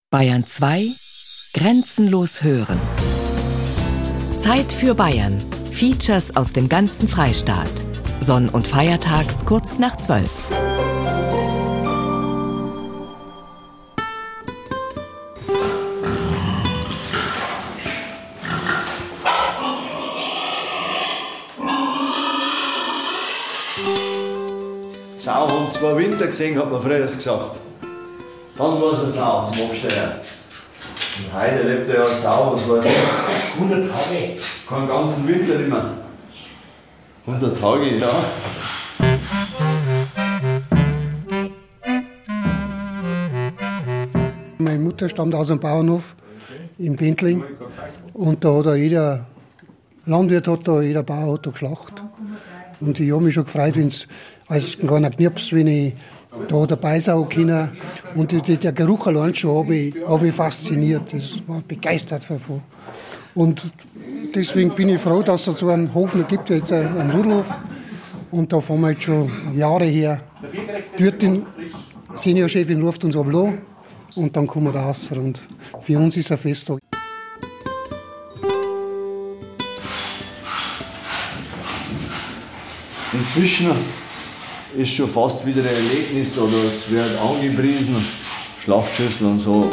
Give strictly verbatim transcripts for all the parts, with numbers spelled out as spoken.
Bayern zwei, Grenzenlos hören. Zeit für Bayern. Features aus dem ganzen Freistaat. Sonn- und Feiertags kurz nach zwölf. Sau haben zwei Winter gesehen, hat man früher gesagt. Dann war es eine Sau zum Abstellen. Und heute lebt ja eine Sau, was weiß ich, hundert Tage. Keinen ganzen Winter nicht mehr. hundert Tage, ja. Meine Mutter stammt aus einem Bauernhof in Bentling. Und da hat da jeder Landwirt, hat da, jeder Bauer hat da geschlacht. Und ich habe mich schon gefreut, wenn es als ein kleiner Knirps, wenn ich da dabei sein kann. Und die, die, der Geruch allein schon habe ich, hab ich fasziniert. Das war begeistert davon. Und deswegen bin ich froh, dass es so einen Hof noch gibt, jetzt einen Rudelhof. Und da fahren wir jetzt schon Jahre her. Die Wirtin, Seniorchefin, ruft uns ab und dann kommen wir da raus. Und für uns ist es ein Festtag. Inzwischen ist schon fast wieder ein Erlebnis oder es wird angepriesen, Schlachtschüssel und so.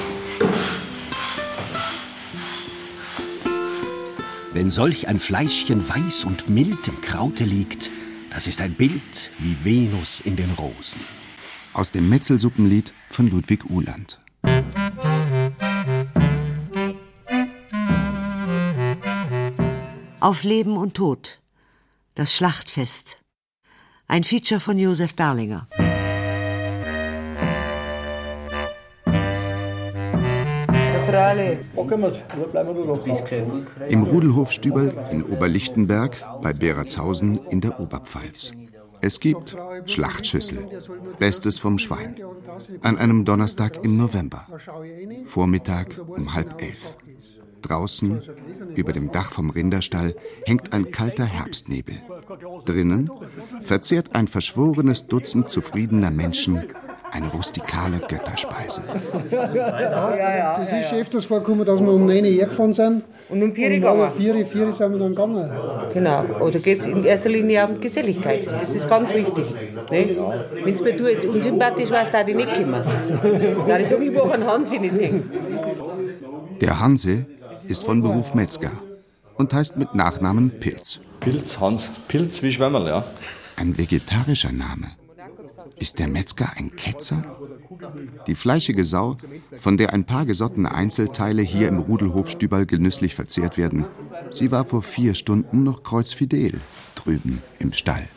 Wenn solch ein Fleischchen weiß und mild im Kraute liegt, das ist ein Bild wie Venus in den Rosen. Aus dem Metzelsuppenlied von Ludwig Uhland. Auf Leben und Tod. Das Schlachtfest. Ein Feature von Josef Berlinger. Im Rudelhof Stüberl in Oberlichtenberg bei Beratshausen in der Oberpfalz. Es gibt Schlachtschüssel, Bestes vom Schwein, an einem Donnerstag im November, Vormittag um halb elf. Draußen, über dem Dach vom Rinderstall, hängt ein kalter Herbstnebel. Drinnen verzehrt ein verschworenes Dutzend zufriedener Menschen eine rustikale Götterspeise. Das ist öfters vorgekommen, dass wir um neun Uhr hergefahren sind. Und um vier Uhr gegangen. gegangen. Um vier Uhr, vier Uhr sind wir dann gegangen. Genau. Oder geht es in erster Linie um Geselligkeit. Das ist ganz wichtig. Ne? Wenn es mir jetzt unsympathisch war, darf ich nicht kommen. Da ich sage, ich mache einen Hansi nicht sehen. Der Hanse ist von Beruf Metzger und heißt mit Nachnamen Pilz. Pilz, Hans, Pilz wie Schwemmerl, ja. Ein vegetarischer Name. Ist der Metzger ein Ketzer? Die fleischige Sau, von der ein paar gesottene Einzelteile hier im Rudelhof Stüberl genüsslich verzehrt werden, sie war vor vier Stunden noch kreuzfidel, drüben im Stall.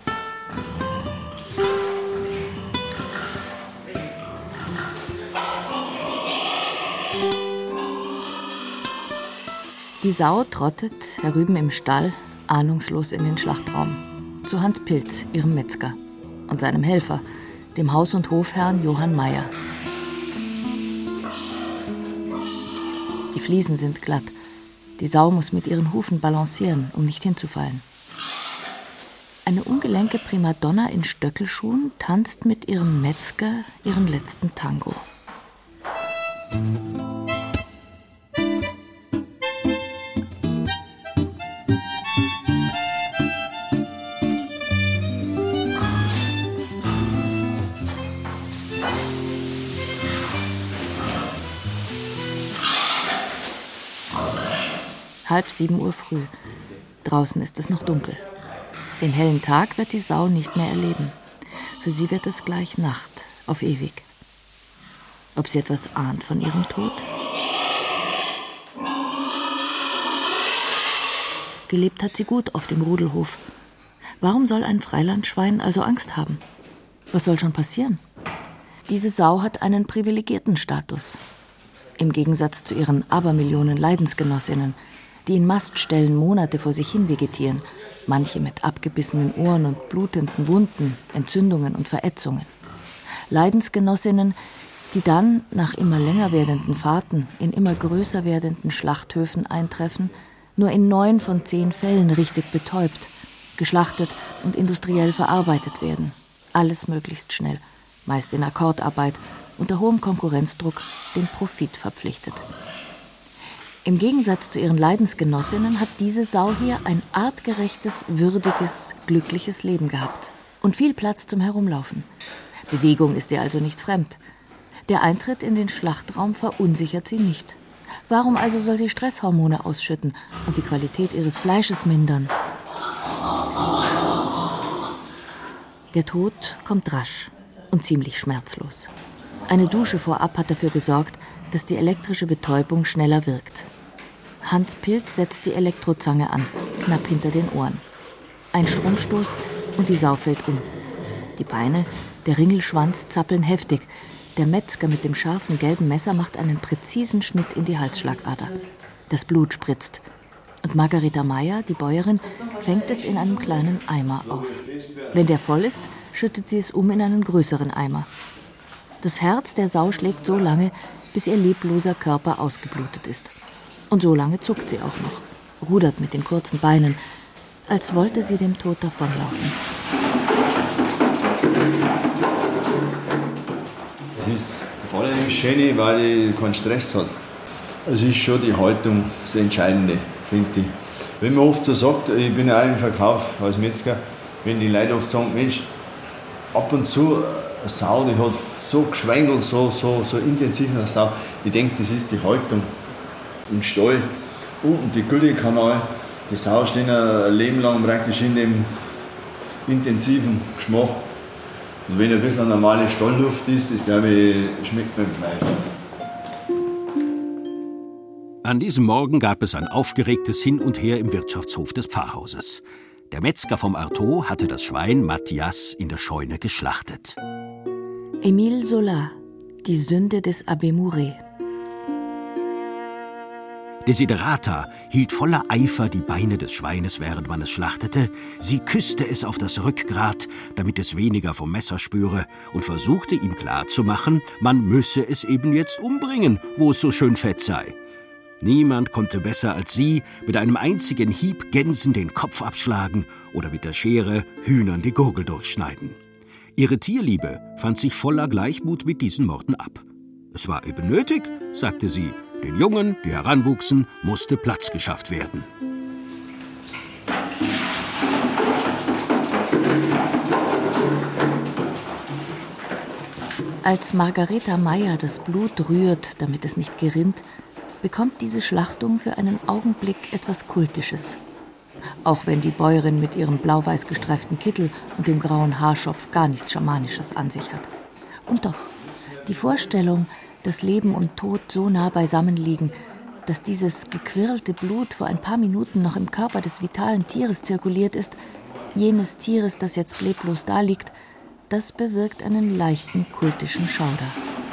Die Sau trottet herüben im Stall ahnungslos in den Schlachtraum. Zu Hans Pilz, ihrem Metzger, und seinem Helfer, dem Haus- und Hofherrn Johann Meyer. Die Fliesen sind glatt. Die Sau muss mit ihren Hufen balancieren, um nicht hinzufallen. Eine ungelenke Primadonna in Stöckelschuhen tanzt mit ihrem Metzger ihren letzten Tango. Halb sieben Uhr früh. Draußen ist es noch dunkel. Den hellen Tag wird die Sau nicht mehr erleben. Für sie wird es gleich Nacht, auf ewig. Ob sie etwas ahnt von ihrem Tod? Gelebt hat sie gut auf dem Rudelhof. Warum soll ein Freilandschwein also Angst haben? Was soll schon passieren? Diese Sau hat einen privilegierten Status. Im Gegensatz zu ihren Abermillionen Leidensgenossinnen, die in Mastställen Monate vor sich hin vegetieren, manche mit abgebissenen Ohren und blutenden Wunden, Entzündungen und Verätzungen. Leidensgenossinnen, die dann nach immer länger werdenden Fahrten in immer größer werdenden Schlachthöfen eintreffen, nur in neun von zehn Fällen richtig betäubt, geschlachtet und industriell verarbeitet werden. Alles möglichst schnell, meist in Akkordarbeit unter hohem Konkurrenzdruck dem Profit verpflichtet. Im Gegensatz zu ihren Leidensgenossinnen hat diese Sau hier ein artgerechtes, würdiges, glückliches Leben gehabt und viel Platz zum Herumlaufen. Bewegung ist ihr also nicht fremd. Der Eintritt in den Schlachtraum verunsichert sie nicht. Warum also soll sie Stresshormone ausschütten und die Qualität ihres Fleisches mindern? Der Tod kommt rasch und ziemlich schmerzlos. Eine Dusche vorab hat dafür gesorgt, dass die elektrische Betäubung schneller wirkt. Hans Pilz setzt die Elektrozange an, knapp hinter den Ohren. Ein Stromstoß und die Sau fällt um. Die Beine, der Ringelschwanz zappeln heftig. Der Metzger mit dem scharfen gelben Messer macht einen präzisen Schnitt in die Halsschlagader. Das Blut spritzt. Und Margareta Meyer, die Bäuerin, fängt es in einem kleinen Eimer auf. Wenn der voll ist, schüttet sie es um in einen größeren Eimer. Das Herz der Sau schlägt so lange, bis ihr lebloser Körper ausgeblutet ist. Und so lange zuckt sie auch noch, rudert mit den kurzen Beinen, als wollte sie dem Tod davonlaufen. Es ist vor allem das Schöne, weil ich keinen Stress hat. Es ist schon die Haltung das Entscheidende, finde ich. Wenn man oft so sagt, ich bin ja auch im Verkauf als Metzger, wenn die Leute oft sagen, Mensch, ab und zu eine Sau, die hat so geschwängelt, so, so, so intensiv eine Sau. Ich denke, das ist die Haltung im Stall. Unten die Güllekanal, die Sau stehen ein Leben lang praktisch in dem intensiven Geschmack. Und wenn ein bisschen eine normale Stallluft ist, das glaube ich, schmeckt man im Fleisch. An diesem Morgen gab es ein aufgeregtes Hin und Her im Wirtschaftshof des Pfarrhauses. Der Metzger vom Artaud hatte das Schwein Matthias in der Scheune geschlachtet. Émile Zola, die Sünde des Abbé Mouret. Desiderata hielt voller Eifer die Beine des Schweines, während man es schlachtete. Sie küsste es auf das Rückgrat, damit es weniger vom Messer spüre, und versuchte ihm klarzumachen, man müsse es eben jetzt umbringen, wo es so schön fett sei. Niemand konnte besser als sie mit einem einzigen Hieb Gänsen den Kopf abschlagen oder mit der Schere Hühnern die Gurgel durchschneiden. Ihre Tierliebe fand sich voller Gleichmut mit diesen Morden ab. Es war eben nötig, sagte sie. Den Jungen, die heranwuchsen, musste Platz geschafft werden. Als Margareta Meyer das Blut rührt, damit es nicht gerinnt, bekommt diese Schlachtung für einen Augenblick etwas Kultisches. Auch wenn die Bäuerin mit ihrem blau-weiß gestreiften Kittel und dem grauen Haarschopf gar nichts Schamanisches an sich hat. Und doch, die Vorstellung, dass Leben und Tod so nah beisammen liegen, dass dieses gequirlte Blut vor ein paar Minuten noch im Körper des vitalen Tieres zirkuliert ist, jenes Tieres, das jetzt leblos daliegt, das bewirkt einen leichten kultischen Schauder.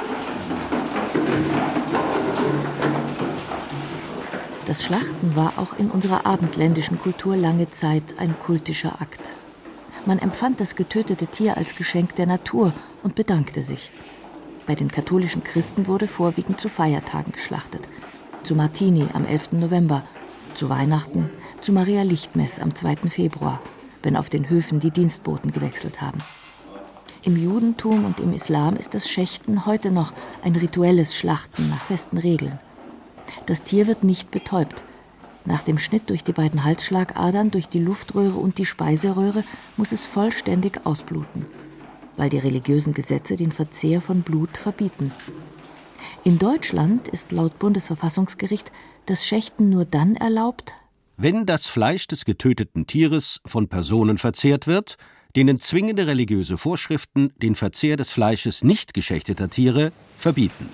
Das Schlachten war auch in unserer abendländischen Kultur lange Zeit ein kultischer Akt. Man empfand das getötete Tier als Geschenk der Natur und bedankte sich. Bei den katholischen Christen wurde vorwiegend zu Feiertagen geschlachtet. Zu Martini am elften November, zu Weihnachten, zu Maria Lichtmess am zweiten Februar, wenn auf den Höfen die Dienstboten gewechselt haben. Im Judentum und im Islam ist das Schächten heute noch ein rituelles Schlachten nach festen Regeln. Das Tier wird nicht betäubt. Nach dem Schnitt durch die beiden Halsschlagadern, durch die Luftröhre und die Speiseröhre muss es vollständig ausbluten, weil die religiösen Gesetze den Verzehr von Blut verbieten. In Deutschland ist laut Bundesverfassungsgericht das Schächten nur dann erlaubt, wenn das Fleisch des getöteten Tieres von Personen verzehrt wird, denen zwingende religiöse Vorschriften den Verzehr des Fleisches nicht geschächteter Tiere verbieten.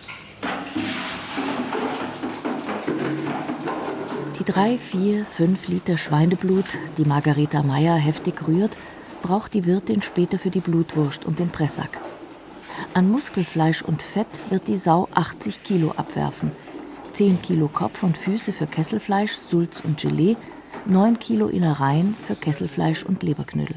Die drei, vier, fünf Liter Schweineblut, die Margareta Meyer heftig rührt, braucht die Wirtin später für die Blutwurst und den Pressack. An Muskelfleisch und Fett wird die Sau achtzig Kilo abwerfen. zehn Kilo Kopf und Füße für Kesselfleisch, Sulz und Gelee, neun Kilo Innereien für Kesselfleisch und Leberknödel.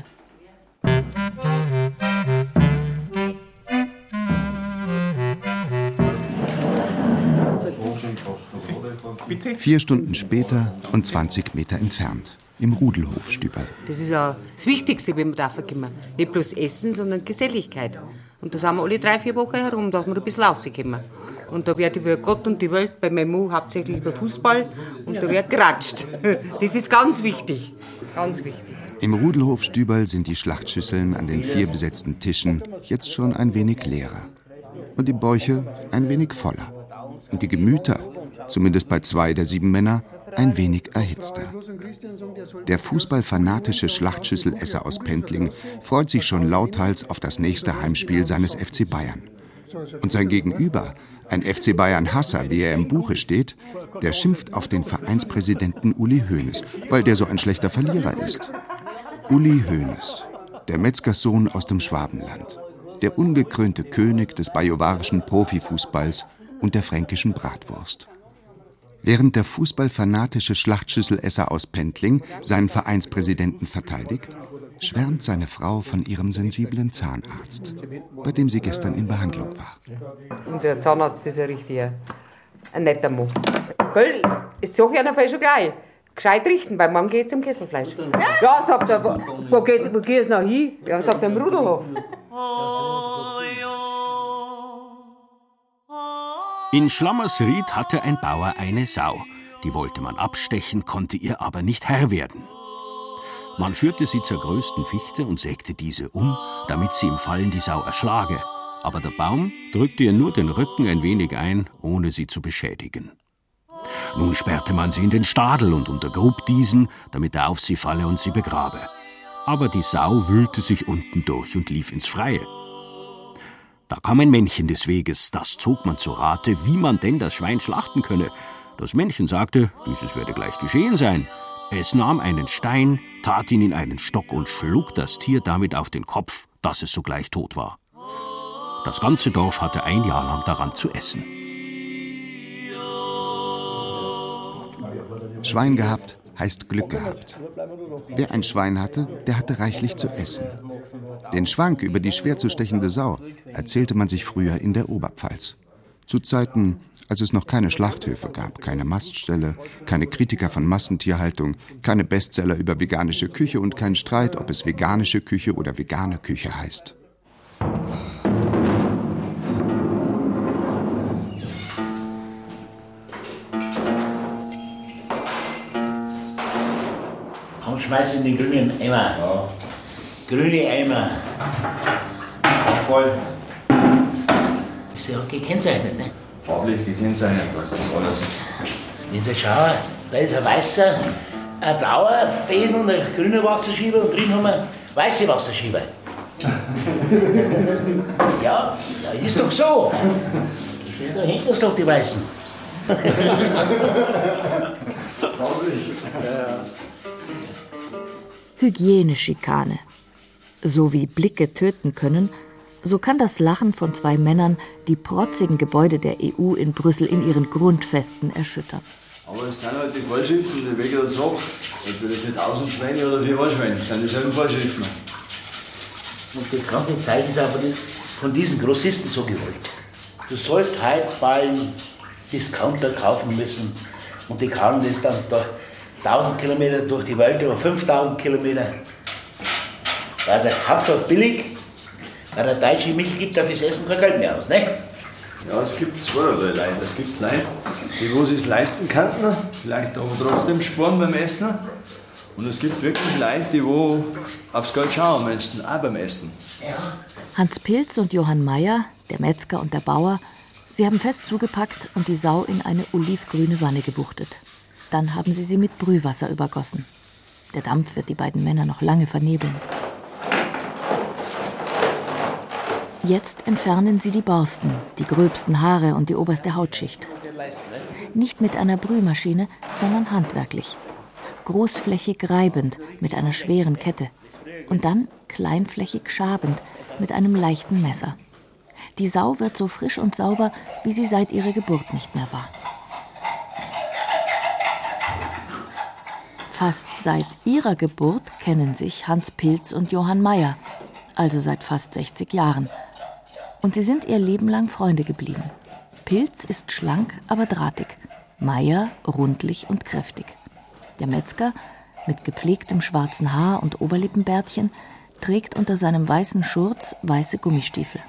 Vier Stunden später und zwanzig Meter entfernt, im Rudelhof Stüberl. Das ist auch das Wichtigste, wenn wir da kommen. Nicht bloß Essen, sondern Geselligkeit. Und da sind wir alle drei, vier Wochen herum, dass wir ein bisschen rauskommen. Und da wird über Gott und die Welt bei meinem Mann hauptsächlich über Fußball und da wird geratscht. Das ist ganz wichtig, ganz wichtig. Im Rudelhof Stüberl sind die Schlachtschüsseln an den vier besetzten Tischen jetzt schon ein wenig leerer. Und die Bäuche ein wenig voller. Und die Gemüter, zumindest bei zwei der sieben Männer, ein wenig erhitzter. Der fußballfanatische Schlachtschüsselesser aus Pentling freut sich schon lauthals auf das nächste Heimspiel seines F C Bayern. Und sein Gegenüber, ein F C Bayern-Hasser, wie er im Buche steht, der schimpft auf den Vereinspräsidenten Uli Hoeneß, weil der so ein schlechter Verlierer ist. Uli Hoeneß, der Metzgerssohn aus dem Schwabenland, der ungekrönte König des bajuwarischen Profifußballs und der fränkischen Bratwurst. Während der fußballfanatische Schlachtschüsselesser aus Pentling seinen Vereinspräsidenten verteidigt, schwärmt seine Frau von ihrem sensiblen Zahnarzt, bei dem sie gestern in Behandlung war. Unser Zahnarzt ist ein richtiger, ein netter Mann. Gell, ich sag ja auf schon gleich. Gescheit richten, weil morgen geht es um Kesselfleisch. Ja, sagt er, wo, wo geht wo es noch hin? Ja, sagt er, im Rudelhof. In Schlammersried hatte ein Bauer eine Sau. Die wollte man abstechen, konnte ihr aber nicht Herr werden. Man führte sie zur größten Fichte und sägte diese um, damit sie im Fallen die Sau erschlage. Aber der Baum drückte ihr nur den Rücken ein wenig ein, ohne sie zu beschädigen. Nun sperrte man sie in den Stadel und untergrub diesen, damit er auf sie falle und sie begrabe. Aber die Sau wühlte sich unten durch und lief ins Freie. Da kam ein Männchen des Weges, das zog man zu Rate, wie man denn das Schwein schlachten könne. Das Männchen sagte, dieses werde gleich geschehen sein. Es nahm einen Stein, tat ihn in einen Stock und schlug das Tier damit auf den Kopf, dass es sogleich tot war. Das ganze Dorf hatte ein Jahr lang daran zu essen. Schwein gehabt heißt Glück gehabt. Wer ein Schwein hatte, der hatte reichlich zu essen. Den Schwank über die schwer zu stechende Sau erzählte man sich früher in der Oberpfalz. Zu Zeiten, als es noch keine Schlachthöfe gab, keine Mastställe, keine Kritiker von Massentierhaltung, keine Bestseller über veganische Küche und kein Streit, ob es veganische Küche oder vegane Küche heißt. Und schmeiß in den grünen Eimer. Ja. Grüne Eimer. Voll. Ist ja auch gekennzeichnet, ne? Farblich gekennzeichnet, das ist alles. Wenn Sie schauen, da ist ein weißer, ein blauer Besen und ein grüner Wasserschieber und drin haben wir weiße Wasserschieber. Ja, das ist doch so. Da hängt das doch, die Weißen. Hygieneschikane. So wie Blicke töten können, so kann das Lachen von zwei Männern die protzigen Gebäude der E U in Brüssel in ihren Grundfesten erschüttern. Aber es sind halt die Vorschriften, die Weger und sagt, entweder für tausend Schweine oder für Schweine, das sind dieselben Vorschriften. Und die ganze Zeit ist aber von diesen Grossisten so gewollt. Du sollst heute beim Discounter kaufen müssen und die kaufen das dann da tausend Kilometer durch die Welt, über fünftausend Kilometer. Weil der Hauptsache billig, weil der deutsche Milch gibt dafür das Essen kein Geld mehr aus, ne? Ja, es gibt zweierlei Leute. Es gibt Leute, die wo sie es leisten könnten, vielleicht aber trotzdem sparen beim Essen. Und es gibt wirklich Leute, die wo aufs Geld schauen möchten, auch beim Essen. Ja. Hans Pilz und Johann Meyer, der Metzger und der Bauer, sie haben fest zugepackt und die Sau in eine olivgrüne Wanne gebuchtet. Dann haben sie sie mit Brühwasser übergossen. Der Dampf wird die beiden Männer noch lange vernebeln. Jetzt entfernen sie die Borsten, die gröbsten Haare und die oberste Hautschicht. Nicht mit einer Brühmaschine, sondern handwerklich. Großflächig reibend mit einer schweren Kette. Und dann kleinflächig schabend mit einem leichten Messer. Die Sau wird so frisch und sauber, wie sie seit ihrer Geburt nicht mehr war. Fast seit ihrer Geburt kennen sich Hans Pilz und Johann Meyer, also seit fast sechzig Jahren. Und sie sind ihr Leben lang Freunde geblieben. Pilz ist schlank, aber drahtig, Meyer rundlich und kräftig. Der Metzger, mit gepflegtem schwarzen Haar und Oberlippenbärtchen, trägt unter seinem weißen Schurz weiße Gummistiefel.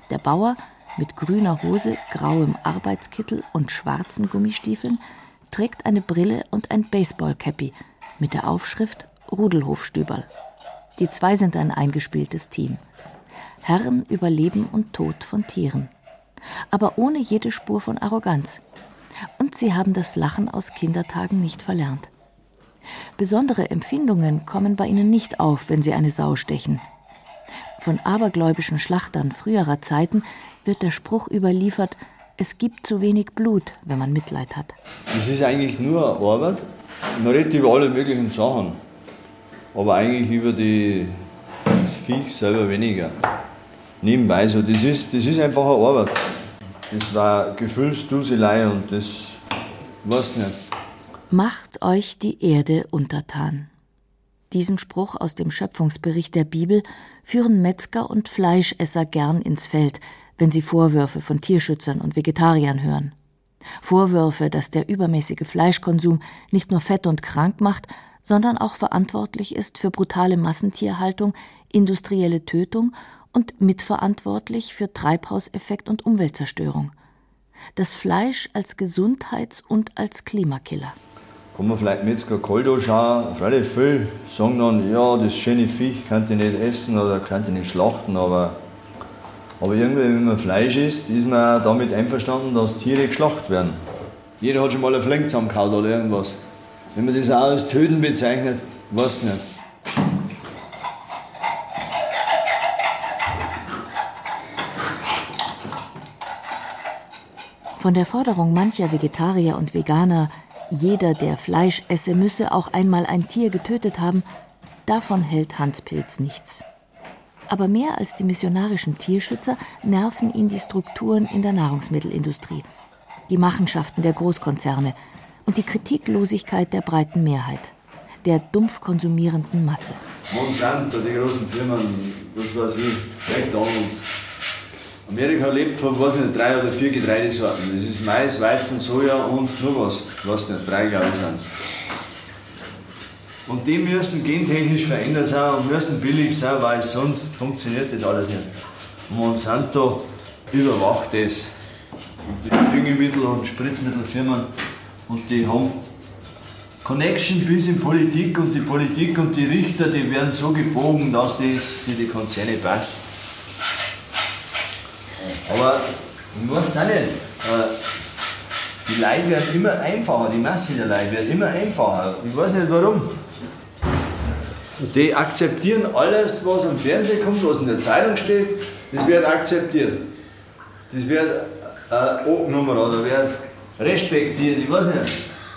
Der Bauer mit grüner Hose, grauem Arbeitskittel und schwarzen Gummistiefeln trägt eine Brille und ein Baseballcappy mit der Aufschrift Rudelhofstüberl. Die zwei sind ein eingespieltes Team. Herren über Leben und Tod von Tieren. Aber ohne jede Spur von Arroganz. Und sie haben das Lachen aus Kindertagen nicht verlernt. Besondere Empfindungen kommen bei ihnen nicht auf, wenn sie eine Sau stechen. Von abergläubischen Schlachtern früherer Zeiten wird der Spruch überliefert, es gibt zu wenig Blut, wenn man Mitleid hat. Das ist eigentlich nur eine Arbeit. Man redet über alle möglichen Sachen, aber eigentlich über die, das Viech selber weniger. Nebenbei so. Das ist, das ist einfach eine Arbeit. Das war Gefühlsduselei und das weiß nicht. Macht euch die Erde untertan. Diesen Spruch aus dem Schöpfungsbericht der Bibel führen Metzger und Fleischesser gern ins Feld, wenn sie Vorwürfe von Tierschützern und Vegetariern hören. Vorwürfe, dass der übermäßige Fleischkonsum nicht nur fett und krank macht, sondern auch verantwortlich ist für brutale Massentierhaltung, industrielle Tötung und mitverantwortlich für Treibhauseffekt und Umweltzerstörung. Das Fleisch als Gesundheits- und als Klimakiller. Kann man vielleicht Metzger kalt anschauen, freilich viele sagen dann, ja, das schöne Viech kann ich nicht essen oder kann ich nicht schlachten, aber, aber irgendwie, wenn man Fleisch isst, ist man damit einverstanden, dass Tiere geschlachtet werden. Jeder hat schon mal eine Flank zusammengehauen oder irgendwas. Wenn man das auch als Töten bezeichnet, weiß ich nicht. Von der Forderung mancher Vegetarier und Veganer, jeder, der Fleisch esse, müsse auch einmal ein Tier getötet haben, davon hält Hans Pilz nichts. Aber mehr als die missionarischen Tierschützer nerven ihn die Strukturen in der Nahrungsmittelindustrie, die Machenschaften der Großkonzerne und die Kritiklosigkeit der breiten Mehrheit, der dumpf konsumierenden Masse. Monsanto, die großen Firmen, was weiß ich, McDonald's. Amerika lebt von, weiß nicht, drei oder vier Getreidesorten. Das ist Mais, Weizen, Soja und nur was. Was nicht, drei glaube ich sind es. Und die müssen gentechnisch verändert sein und müssen billig sein, weil sonst funktioniert das alles nicht. Monsanto überwacht das. Und die Düngemittel- und Spritzmittelfirmen, und die haben Connection bis in Politik, und die Politik und die Richter, die werden so gebogen, dass das für die Konzerne passt. Aber ich weiß auch nicht, die Leute werden immer einfacher, die Masse der Leute wird immer einfacher. Ich weiß nicht warum. Die akzeptieren alles, was am Fernsehen kommt, was in der Zeitung steht, das wird akzeptiert. Das wird äh, angenommen oder wird respektiert, ich weiß nicht.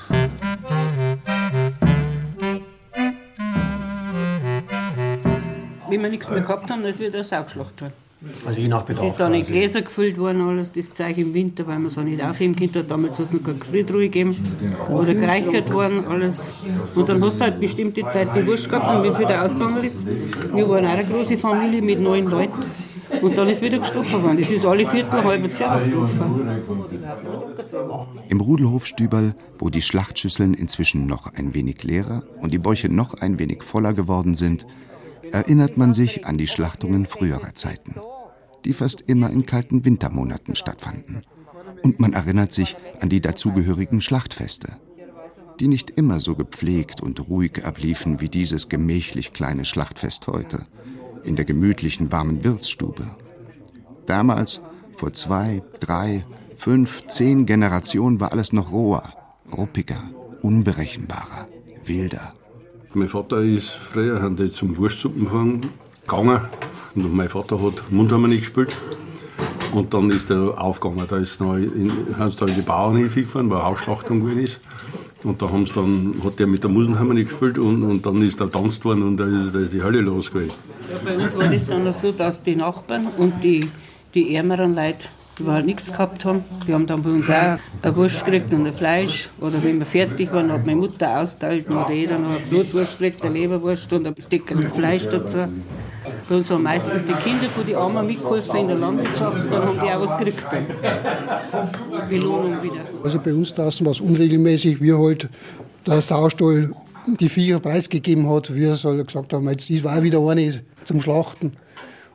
Wenn wir nichts mehr gehabt haben, dann wird eine Sau geschlachtet worden. Also je nach Bedarf. Es ist da nicht Gläser gefüllt worden, alles, das Zeug im Winter, weil man es auch nicht aufheben konnte. Damals hat es noch keine Gefriertruhe gegeben oder gereichert worden, alles. Und dann hast du halt bestimmte Zeit die Wurst gehabt, und wenn es wieder ausgegangen ist. Wir waren auch eine große Familie mit neun Leuten. Und dann ist wieder gestochen worden. Das ist alle Viertel, halbes Jahr abgelaufen. Im Rudelhofstüberl, wo die Schlachtschüsseln inzwischen noch ein wenig leerer und die Bäuche noch ein wenig voller geworden sind, erinnert man sich an die Schlachtungen früherer Zeiten, die fast immer in kalten Wintermonaten stattfanden. Und man erinnert sich an die dazugehörigen Schlachtfeste, die nicht immer so gepflegt und ruhig abliefen wie dieses gemächlich kleine Schlachtfest heute, in der gemütlichen, warmen Wirtsstube. Damals, vor zwei, drei, fünf, zehn Generationen, war alles noch roher, ruppiger, unberechenbarer, wilder. Mein Vater ist früher haben die zum Wurstsuppenfahren gegangen, und mein Vater hat Mundharmonie gespielt. Und dann ist er aufgegangen, da ist noch in, haben sie da in die Bauernhöfe gefahren, weil eine Hausschlachtung gewesen ist. Und da haben sie dann, hat der mit der Mundharmonie gespielt, und, und dann ist er getanzt worden, und da ist, da ist die Hölle los gewesen. Ja, bei uns war das dann so, dass die Nachbarn und die, die ärmeren Leute, die halt nichts gehabt haben, die haben dann bei uns auch eine Wurst gekriegt und ein Fleisch. Oder wenn wir fertig waren, hat meine Mutter austeilt, und hat jeder noch eine Blutwurst gekriegt, eine Leberwurst und ein Stück Fleisch dazu. Bei uns haben meistens die Kinder von den Armen mitgeholfen in der Landwirtschaft, dann haben die auch was gekriegt. Belohnung wieder. Also bei uns draußen war es unregelmäßig, wie halt der Saustall die Viecher preisgegeben hat. Wir so gesagt haben, jetzt ist auch wieder eine zum Schlachten.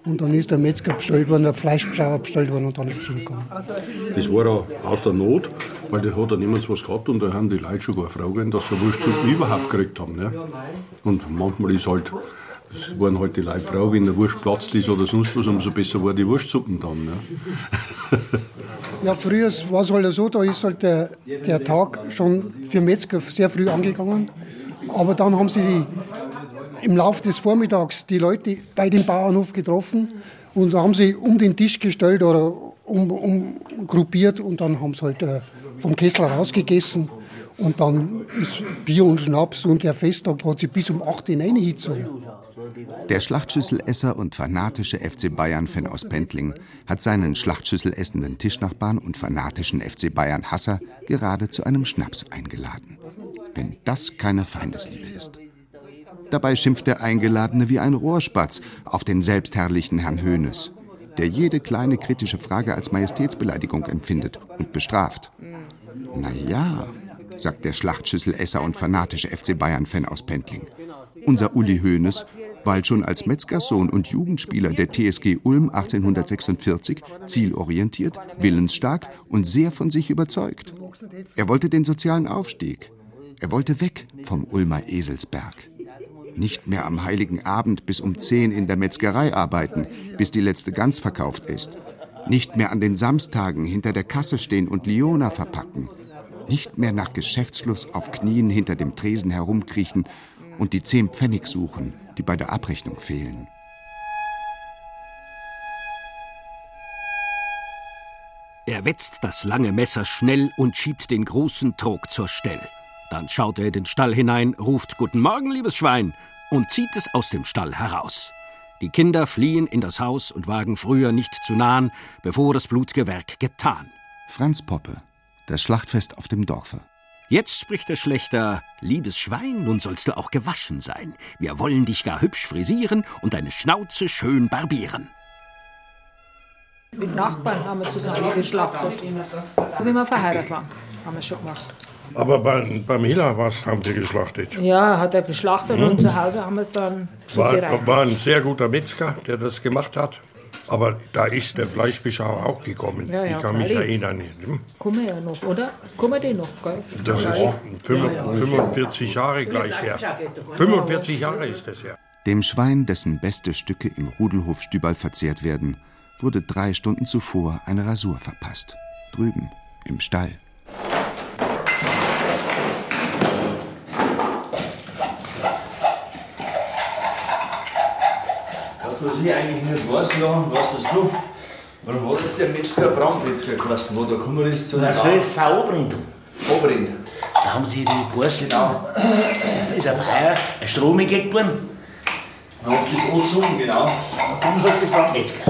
Und dann ist der Metzger bestellt worden, der Fleischbeschauer bestellt worden und dann ist es hingekommen. Das war auch aus der Not, weil da hat ja niemand was gehabt und da haben die Leute schon gar fragen, dass sie Wurstsuppen überhaupt gekriegt haben. Ne? Und manchmal ist halt, es waren halt die Leute froh, wenn der Wurst platzt ist oder sonst was, umso besser war die Wurstsuppen dann. Ne? Ja, früher war es halt so, da ist halt der, der Tag schon für Metzger sehr früh angegangen. Aber dann haben sie die, im Laufe des Vormittags die Leute bei dem Bauernhof getroffen und da haben sie um den Tisch gestellt oder um, um gruppiert und dann haben sie halt äh, vom Kessel rausgegessen. Und dann ist Bier und Schnaps und der Festtag hat sich bis um acht Uhr hineingezogen. Der Schlachtschüsselesser und fanatische F C Bayern-Fan aus Pentling hat seinen Schlachtschüsselessenden Tischnachbarn und fanatischen F C Bayern-Hasser gerade zu einem Schnaps eingeladen. Wenn das keine Feindesliebe ist. Dabei schimpft der Eingeladene wie ein Rohrspatz auf den selbstherrlichen Herrn Hoeneß, der jede kleine kritische Frage als Majestätsbeleidigung empfindet und bestraft. Na ja, sagt der Schlachtschüsselesser und fanatische F C Bayern-Fan aus Pentling. Unser Uli Hoeneß war schon als Metzgersohn und Jugendspieler der T S G Ulm achtzehnhundertsechsundvierzig zielorientiert, willensstark und sehr von sich überzeugt. Er wollte den sozialen Aufstieg. Er wollte weg vom Ulmer Eselsberg. Nicht mehr am heiligen Abend bis um zehn in der Metzgerei arbeiten, bis die letzte Gans verkauft ist. Nicht mehr an den Samstagen hinter der Kasse stehen und Liona verpacken. Nicht mehr nach Geschäftsschluss auf Knien hinter dem Tresen herumkriechen und die zehn Pfennig suchen, die bei der Abrechnung fehlen. Er wetzt das lange Messer schnell und schiebt den großen Trog zur Stell. Dann schaut er in den Stall hinein, ruft »Guten Morgen, liebes Schwein« und zieht es aus dem Stall heraus. Die Kinder fliehen in das Haus und wagen früher nicht zu nahen, bevor das blut'ge Werk getan. Franz Poppe, das Schlachtfest auf dem Dorfe. Jetzt spricht der Schlächter, »Liebes Schwein, nun sollst du auch gewaschen sein. Wir wollen dich gar hübsch frisieren und deine Schnauze schön barbieren.« Mit Nachbarn haben wir zusammen geschlachtet. Wie wir verheiratet waren, haben wir es schon gemacht. Aber beim, beim Hiller was haben Sie geschlachtet? Ja, hat er geschlachtet Mhm. und zu Hause haben wir es dann zubereitet. War, war ein sehr guter Metzger, der das gemacht hat. Aber da ist der Fleischbeschauer auch gekommen. Ja, ja, ich kann mich freilich. erinnern. Hm? Kommen wir ja noch, oder? Kommen die noch, gell? Das ist fünfundvierzig Jahre gleich her. fünfundvierzig Jahre ist das her. Dem Schwein, dessen beste Stücke im Rudelhof Stüberl verzehrt werden, wurde drei Stunden zuvor eine Rasur verpasst. Drüben, im Stall. Was ich eigentlich nicht weiß, ja, weißt das du? Warum hat jetzt der Metzger Brandmetzger geheißen? Wo, da kommen wir jetzt zu Das soll jetzt Saubrind. Obrind. Da haben sie die Borsten, genau. Da ist auf Feuer ein Strom gelegt worden. Dann habt ihr das angezogen, genau. Und dann hat die Brandmetzger.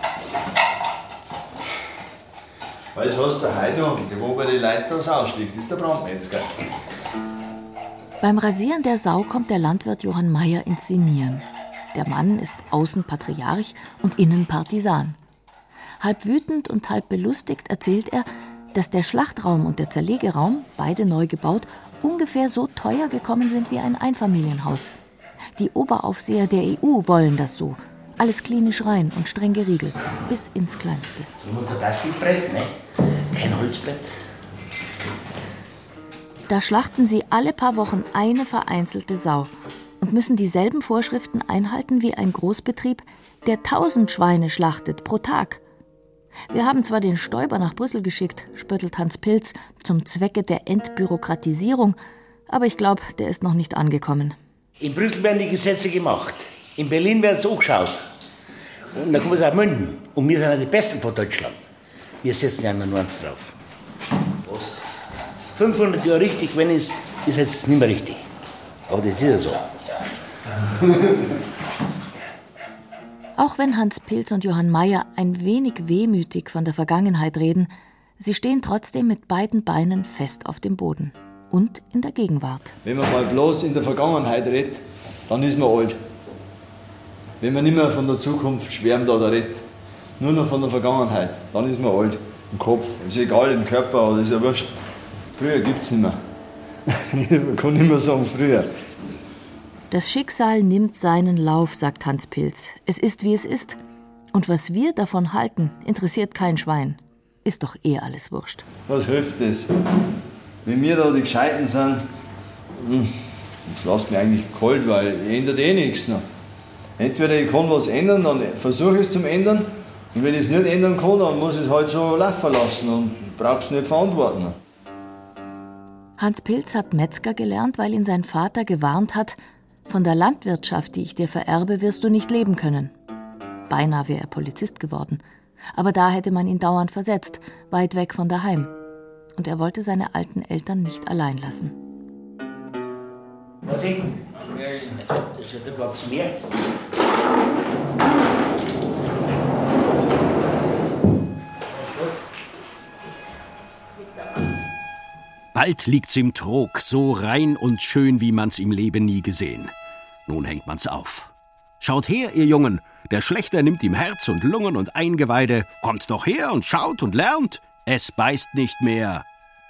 Weil das heißt der Heidung, der wo bei den Leuten das ausstieg, das ist der Brandmetzger. Beim Rasieren der Sau kommt der Landwirt Johann Meyer ins Sinnieren. Der Mann ist außen Patriarch und innen Partisan. Halb wütend und halb belustigt erzählt er, dass der Schlachtraum und der Zerlegeraum, beide neu gebaut, ungefähr so teuer gekommen sind wie ein Einfamilienhaus. Die Oberaufseher der E U wollen das so. Alles klinisch rein und streng geriegelt, bis ins Kleinste. Unser Plastikbrett, ne? Kein Holzbrett. Da schlachten sie alle paar Wochen eine vereinzelte Sau und müssen dieselben Vorschriften einhalten wie ein Großbetrieb, der tausend Schweine schlachtet pro Tag. Wir haben zwar den Stäuber nach Brüssel geschickt, spöttelt Hans Pilz, zum Zwecke der Entbürokratisierung, aber ich glaube, der ist noch nicht angekommen. In Brüssel werden die Gesetze gemacht. In Berlin werden sie angeschaut. Und dann kommen sie auf München. Und wir sind ja die Besten von Deutschland. Wir setzen ja nur eins drauf. Was? fünfhundert Jahre richtig, wenn es ist jetzt nicht mehr richtig. Aber das ist ja so. Auch wenn Hans Pilz und Johann Meyer ein wenig wehmütig von der Vergangenheit reden, sie stehen trotzdem mit beiden Beinen fest auf dem Boden und in der Gegenwart. Wenn man mal bloß in der Vergangenheit redet, dann ist man alt. Wenn man nicht mehr von der Zukunft schwärmt oder redet, nur noch von der Vergangenheit, dann ist man alt im Kopf. Ist egal, im Körper, aber ist ja wurscht. Früher gibt es nicht mehr. Man kann nicht mehr sagen früher. Das Schicksal nimmt seinen Lauf, sagt Hans Pilz. Es ist, wie es ist. Und was wir davon halten, interessiert kein Schwein. Ist doch eh alles wurscht. Was hilft das? Wenn wir da die Gescheiten sind, das lässt mich eigentlich kalt, weil ich ändert eh nichts. Noch. Entweder ich kann was ändern, dann versuche ich es zum Ändern. Und wenn ich es nicht ändern kann, dann muss ich es halt so laufen lassen und brauchst es nicht verantworten. Hans Pilz hat Metzger gelernt, weil ihn sein Vater gewarnt hat, von der Landwirtschaft, die ich dir vererbe, wirst du nicht leben können. Beinahe wäre er Polizist geworden. Aber da hätte man ihn dauernd versetzt, weit weg von daheim. Und er wollte seine alten Eltern nicht allein lassen. Was ich? Jetzt wird der Platz mehr. Bald liegt's im Trog, so rein und schön, wie man's im Leben nie gesehen. Nun hängt man's auf. Schaut her, ihr Jungen, der Schlächter nimmt ihm Herz und Lungen und Eingeweide. Kommt doch her und schaut und lernt. Es beißt nicht mehr.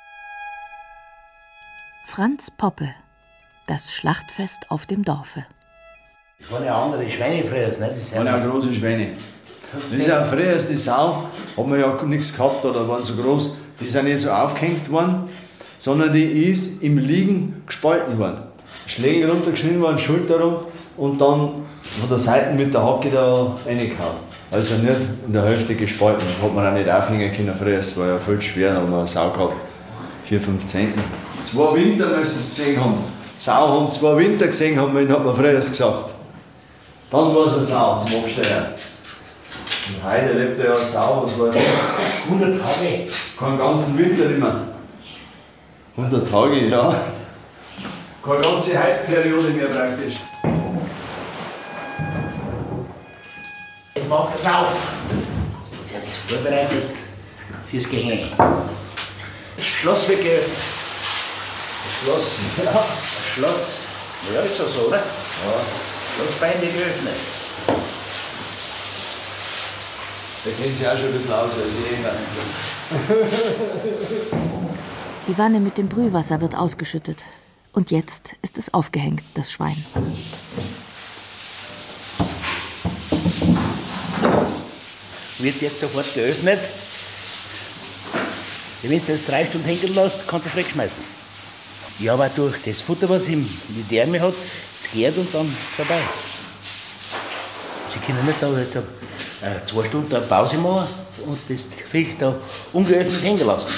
Franz Poppe. Das Schlachtfest auf dem Dorfe. Das waren ja andere Schweine früher, nicht? Das waren ja große Schweine. Das ist ja früher, die Sau, hat man ja nichts gehabt oder waren so groß. Die sind nicht so aufgehängt worden, sondern die ist im Liegen gespalten worden. Schläge runtergeschnitten worden, Schulter rum und dann von der Seite mit der Hacke da reingehauen. Also nicht in der Hälfte gespalten. Das hat man auch nicht aufhängen können früher. Es war ja viel schwer, da haben wir eine Sau gehabt. Vier, fünf Zentner. Zwei Winter müssen sie gesehen haben. Sau haben zwei Winter gesehen haben, hat man früher gesagt. Dann war es eine Sau zum Abstellen. Und heute lebt er ja eine Sau, was weiß ich, hundert Tage. Keinen ganzen Winter nicht mehr. hundert Tage, ja. Keine ganze Heizperiode mehr praktisch. Jetzt macht es auf. Jetzt hat es vorbereitet fürs Gehänge. Das Schloss wird geöffnet. Das Schloss? Ja. Das Schloss. Ja, ist doch so, oder? Ja. Schlossbein wird geöffnet. Da kennen Sie auch schon ein bisschen aus als die Engländer. Die Wanne mit dem Brühwasser wird ausgeschüttet. Und jetzt ist es aufgehängt, das Schwein. Wird jetzt sofort geöffnet. Wenn du es drei Stunden hängen lässt, kannst du es wegschmeißen. Ja, aber durch das Futter, was ihm die Därme hat, es gärt und dann vorbei. Sie können nicht da jetzt äh, zwei Stunden eine Pause machen und das Fisch da ungeöffnet hängen lassen.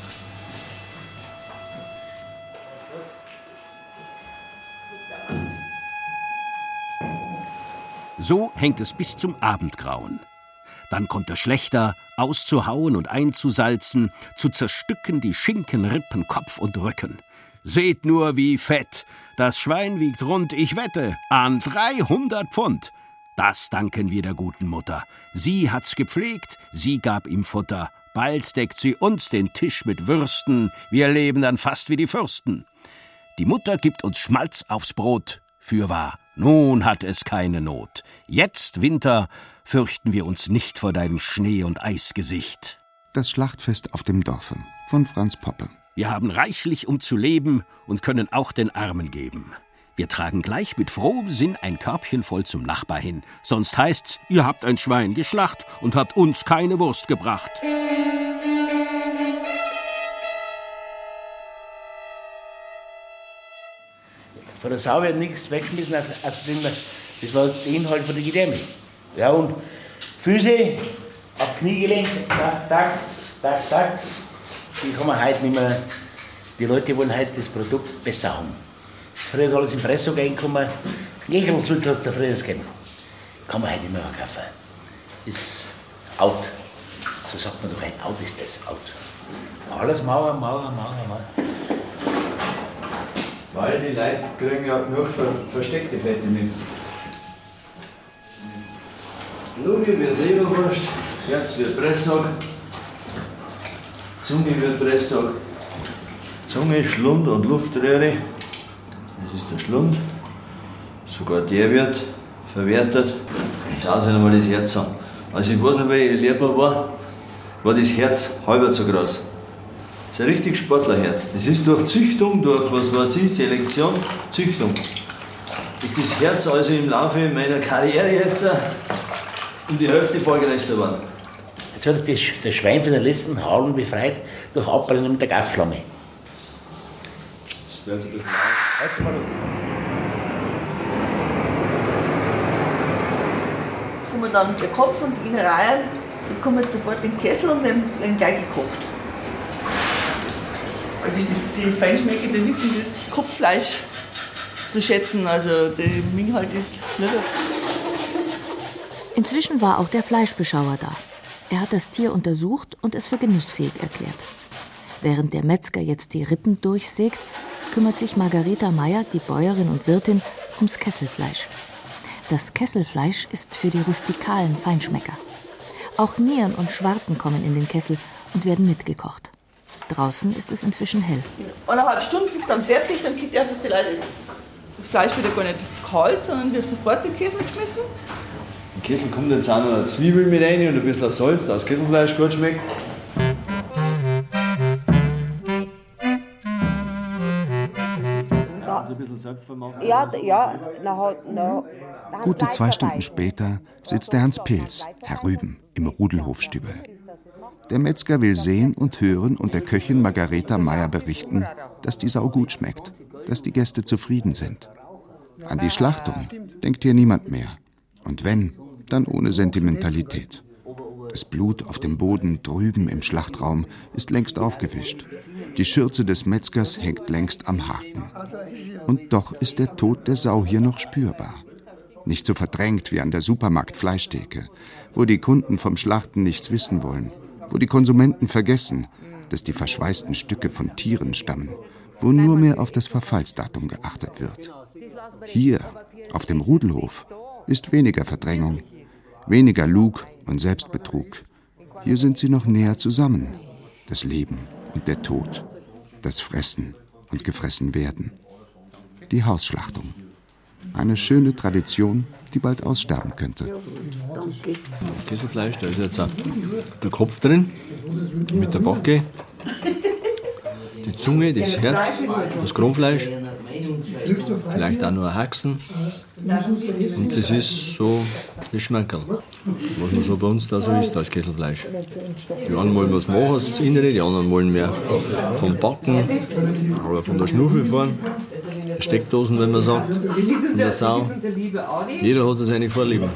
So hängt es bis zum Abendgrauen. Dann kommt der Schlächter, auszuhauen und einzusalzen, zu zerstücken die Schinken, Rippen, Kopf und Rücken. Seht nur, wie fett. Das Schwein wiegt rund, ich wette, an dreihundert Pfund. Das danken wir der guten Mutter. Sie hat's gepflegt, sie gab ihm Futter. Bald deckt sie uns den Tisch mit Würsten. Wir leben dann fast wie die Fürsten. Die Mutter gibt uns Schmalz aufs Brot. Fürwahr, nun hat es keine Not. Jetzt, Winter, fürchten wir uns nicht vor deinem Schnee- und Eisgesicht. Das Schlachtfest auf dem Dorfe von Franz Poppe. Wir haben reichlich, um zu leben und können auch den Armen geben. Wir tragen gleich mit frohem Sinn ein Körbchen voll zum Nachbar hin. Sonst heißt's, ihr habt ein Schwein geschlacht und habt uns keine Wurst gebracht. Von der Sau wird nichts weggeschmissen, also das war der Inhalt von der Gedärme. Ja, und Füße ab Kniegelenk, tak, tak, tak, tak. Die kann man heute nicht mehr, die Leute wollen heute das Produkt besser haben. Früher ist alles im Pressung reingekommen, Knöchelsulz hat es da früher gegeben. Kann man heute nicht mehr kaufen. Ist out. So sagt man doch, ein Out ist das, out. Alles Mauer, Mauer, Mauer, Mauer. Weil die Leute kriegen ja nur ver versteckte Fette mit. Lunge wird Leberwurst, Herz wird Presssack, Zunge wird Presssack, Zunge, Schlund und Luftröhre. Das ist der Schlund. Sogar der wird verwertet. Schauen Sie einmal das Herz an. Also ich weiß noch, weil ich Lehrer war, war das Herz halber so groß. Das ist ein richtig Sportlerherz. Das ist durch Züchtung, durch was weiß ich, Selektion, Züchtung. Ist das Herz also im Laufe meiner Karriere jetzt Und die Hälfte Folge ist so geworden. Jetzt wird das Schwein von der letzten Haaren befreit durch Abbrennung mit der Gasflamme. Das wäre jetzt ein bisschen laut. Jetzt kommen dann der Kopf und die Innereien, die kommen jetzt sofort in den Kessel und werden, werden gleich gekocht. Also die, die Feinschmecker, die wissen das Kopffleisch zu schätzen, also der Minghalt ist nicht. Inzwischen war auch der Fleischbeschauer da. Er hat das Tier untersucht und es für genussfähig erklärt. Während der Metzger jetzt die Rippen durchsägt, kümmert sich Margareta Meyer, die Bäuerin und Wirtin, ums Kesselfleisch. Das Kesselfleisch ist für die rustikalen Feinschmecker. Auch Nieren und Schwarten kommen in den Kessel und werden mitgekocht. Draußen ist es inzwischen hell. In eineinhalb Stunden ist es dann fertig, dann geht der, was die Leute essen. Das Fleisch wird ja gar nicht kalt, sondern wird sofort in den Kessel geschmissen. Im Kessel kommt jetzt auch noch eine Zwiebel mit rein und ein bisschen Salz, dass das Kesselfleisch gut schmeckt. Ja, ja, na, na, Gute zwei Stunden später sitzt der Hans Pilz, Herr Rüben, im Rudelhofstübel. Der Metzger will sehen und hören und der Köchin Margareta Meyer berichten, dass die Sau gut schmeckt, dass die Gäste zufrieden sind. An die Schlachtung denkt hier niemand mehr. Und wenn, dann ohne Sentimentalität. Das Blut auf dem Boden drüben im Schlachtraum ist längst aufgewischt. Die Schürze des Metzgers hängt längst am Haken. Und doch ist der Tod der Sau hier noch spürbar. Nicht so verdrängt wie an der Supermarkt-Fleischtheke, wo die Kunden vom Schlachten nichts wissen wollen, wo die Konsumenten vergessen, dass die verschweißten Stücke von Tieren stammen, wo nur mehr auf das Verfallsdatum geachtet wird. Hier, auf dem Rudelhof, ist weniger Verdrängung, weniger Lug und Selbstbetrug. Hier sind sie noch näher zusammen. Das Leben und der Tod, das Fressen und gefressen werden. Die Hausschlachtung. Eine schöne Tradition, die bald aussterben könnte. Danke. Kesselfleisch, da ist jetzt auch der Kopf drin, mit der Backe, die Zunge, das Herz, das Kronfleisch, vielleicht auch noch ein Haxen. Und das ist so das Schmeckerl, was man so bei uns da so isst als Kesselfleisch. Die einen wollen was machen, das Innere, die anderen wollen mehr vom Backen oder von der Schnuffel fahren. Steckdosen, wenn man sagt, in der Sau. Jeder hat so seine Vorlieben.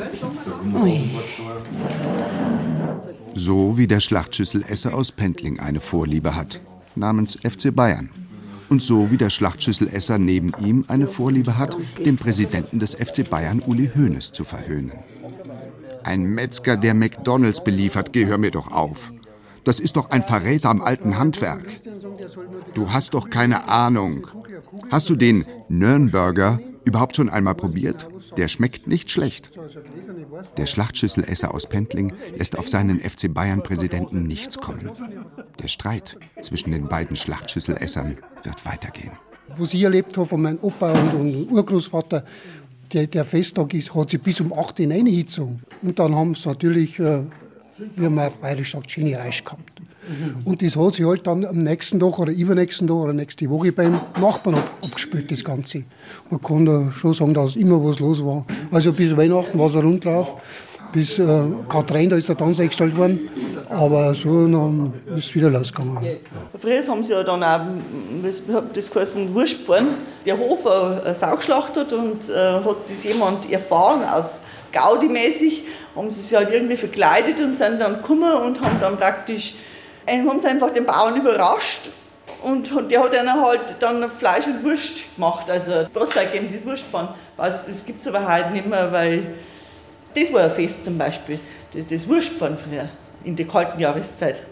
So wie der Schlachtschüsselesser aus Pendling eine Vorliebe hat, namens F C Bayern. Und so wie der Schlachtschüsselesser neben ihm eine Vorliebe hat, den Präsidenten des F C Bayern, Uli Hoeneß, zu verhöhnen. Ein Metzger, der McDonalds beliefert, geh, hör mir doch auf. Das ist doch ein Verräter am alten Handwerk. Du hast doch keine Ahnung. Hast du den Nürnberger überhaupt schon einmal probiert? Der schmeckt nicht schlecht. Der Schlachtschüsselesser aus Pendling lässt auf seinen F C Bayern-Präsidenten nichts kommen. Der Streit zwischen den beiden Schlachtschüsselessern wird weitergehen. Was ich erlebt habe von meinem Opa und, und Urgroßvater, der, der Festtag ist, hat sich bis um acht Uhr reingezogen. Und dann haben sie natürlich, äh, wie man auf Bayerisch sagt, schöne Reis gehabt. Und das hat sich halt dann am nächsten Tag oder übernächsten Tag oder nächste Woche beim Nachbarn ab, abgespielt, das Ganze. Man kann da schon sagen, dass immer was los war. Also bis Weihnachten war es ein Rundlauf. Bis äh, Katrin, da ist er dann eingestellt worden. Aber so dann ist es wieder losgegangen. Früher haben sie ja dann auch, das geheißen Wurstpfannen, der Hof eine Sau geschlachtet und äh, hat das jemand erfahren, aus Gaudi-mäßig, haben sie sich halt irgendwie verkleidet und sind dann gekommen und haben dann praktisch, haben sie einfach den Bauern überrascht und der hat ihnen halt dann Fleisch und Wurst gemacht, also Brotteig eben, die Wurstpfannen. Das gibt es aber heute nicht mehr, weil das war ein Fest zum Beispiel, das, das Wurstpfannen früher, in der kalten Jahreszeit.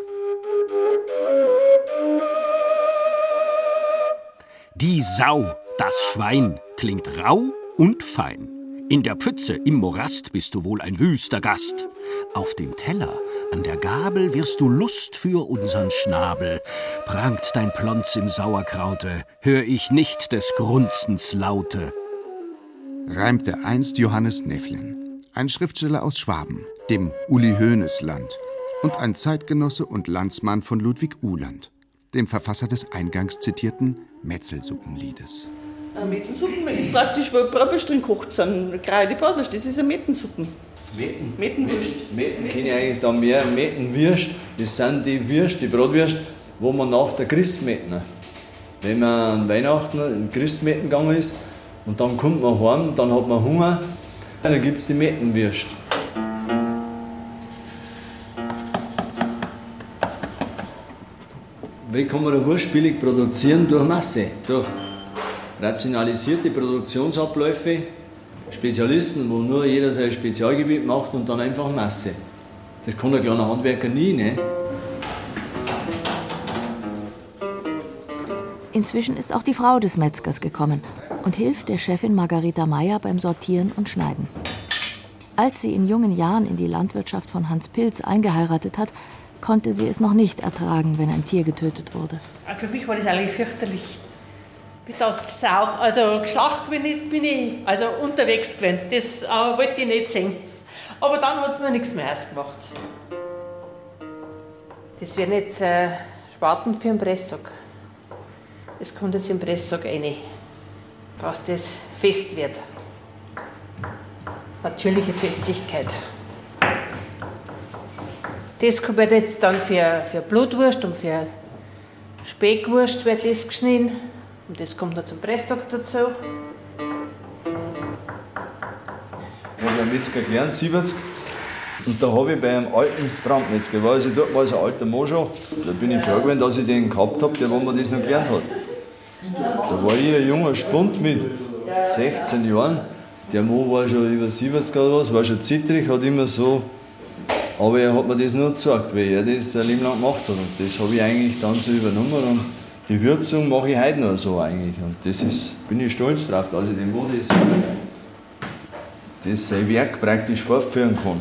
Die Sau, das Schwein, klingt rau und fein. In der Pfütze, im Morast bist du wohl ein wüster Gast. Auf dem Teller, an der Gabel wirst du Lust für unsern Schnabel. Prangt dein Plonz im Sauerkraute, hör ich nicht des Grunzens Laute. Reimte einst Johannes Nefflin, ein Schriftsteller aus Schwaben, dem Uli Hoeneß Land, und ein Zeitgenosse und Landsmann von Ludwig Uhland, dem Verfasser des eingangs zitierten Metzelsuppenliedes. Eine Mettensuppe ist praktisch, weil Bratwürste drin gekocht sind. Kreide Bratwürste, das ist eine Mettensuppe. Metten. Mettenwürst. Metten kenne ich eigentlich da mehr. Mettenwürst, das sind die Würst, die Bratwürst, wo man nach der Christmetten, wenn man an Weihnachten in Christmetten gegangen ist und dann kommt man heim, dann hat man Hunger, dann gibt es die Mettenwürst. Wie kann man eine Wurst billig produzieren? Durch Masse, durch rationalisierte Produktionsabläufe, Spezialisten, wo nur jeder sein Spezialgebiet macht und dann einfach Masse. Das kann ein kleiner Handwerker nie, ne? Inzwischen ist auch die Frau des Metzgers gekommen und hilft der Chefin Margarita Meyer beim Sortieren und Schneiden. Als sie in jungen Jahren in die Landwirtschaft von Hans Pilz eingeheiratet hat, konnte sie es noch nicht ertragen, wenn ein Tier getötet wurde. Für mich war das eigentlich fürchterlich. Bis das Sau, also geschlachtet gewesen ist, bin ich also unterwegs gewesen. Das äh, wollte ich nicht sehen. Aber dann hat es mir nichts mehr ausgemacht. Das wäre nicht äh, Spaten für einen Presssack. Das kommt jetzt im Presssack rein, dass das fest wird. Natürliche Festigkeit. Das kommt jetzt dann für, für Blutwurst und für Speckwurst wird das geschnitten. Und das kommt noch zum Presstag dazu. Ich habe einen Metzger gelernt, siebzig. Und da habe ich bei einem alten Brandmetzger, war also dort war es ein alter Mann schon, da bin ich froh gewesen, dass ich den gehabt habe, der wo mir das noch gelernt hat. Da war ich ein junger Spund mit sechzehn Jahren. Der Mann war schon über siebzig oder was, war schon zittrig, hat immer so. Aber er hat mir das nur gezeigt, weil er das ein Leben lang gemacht hat. Und das habe ich eigentlich dann so übernommen. Und die Würzung mache ich heute noch so eigentlich. Und das ist, bin ich stolz drauf, dass ich dem Mann das, das sein Werk praktisch fortführen kann.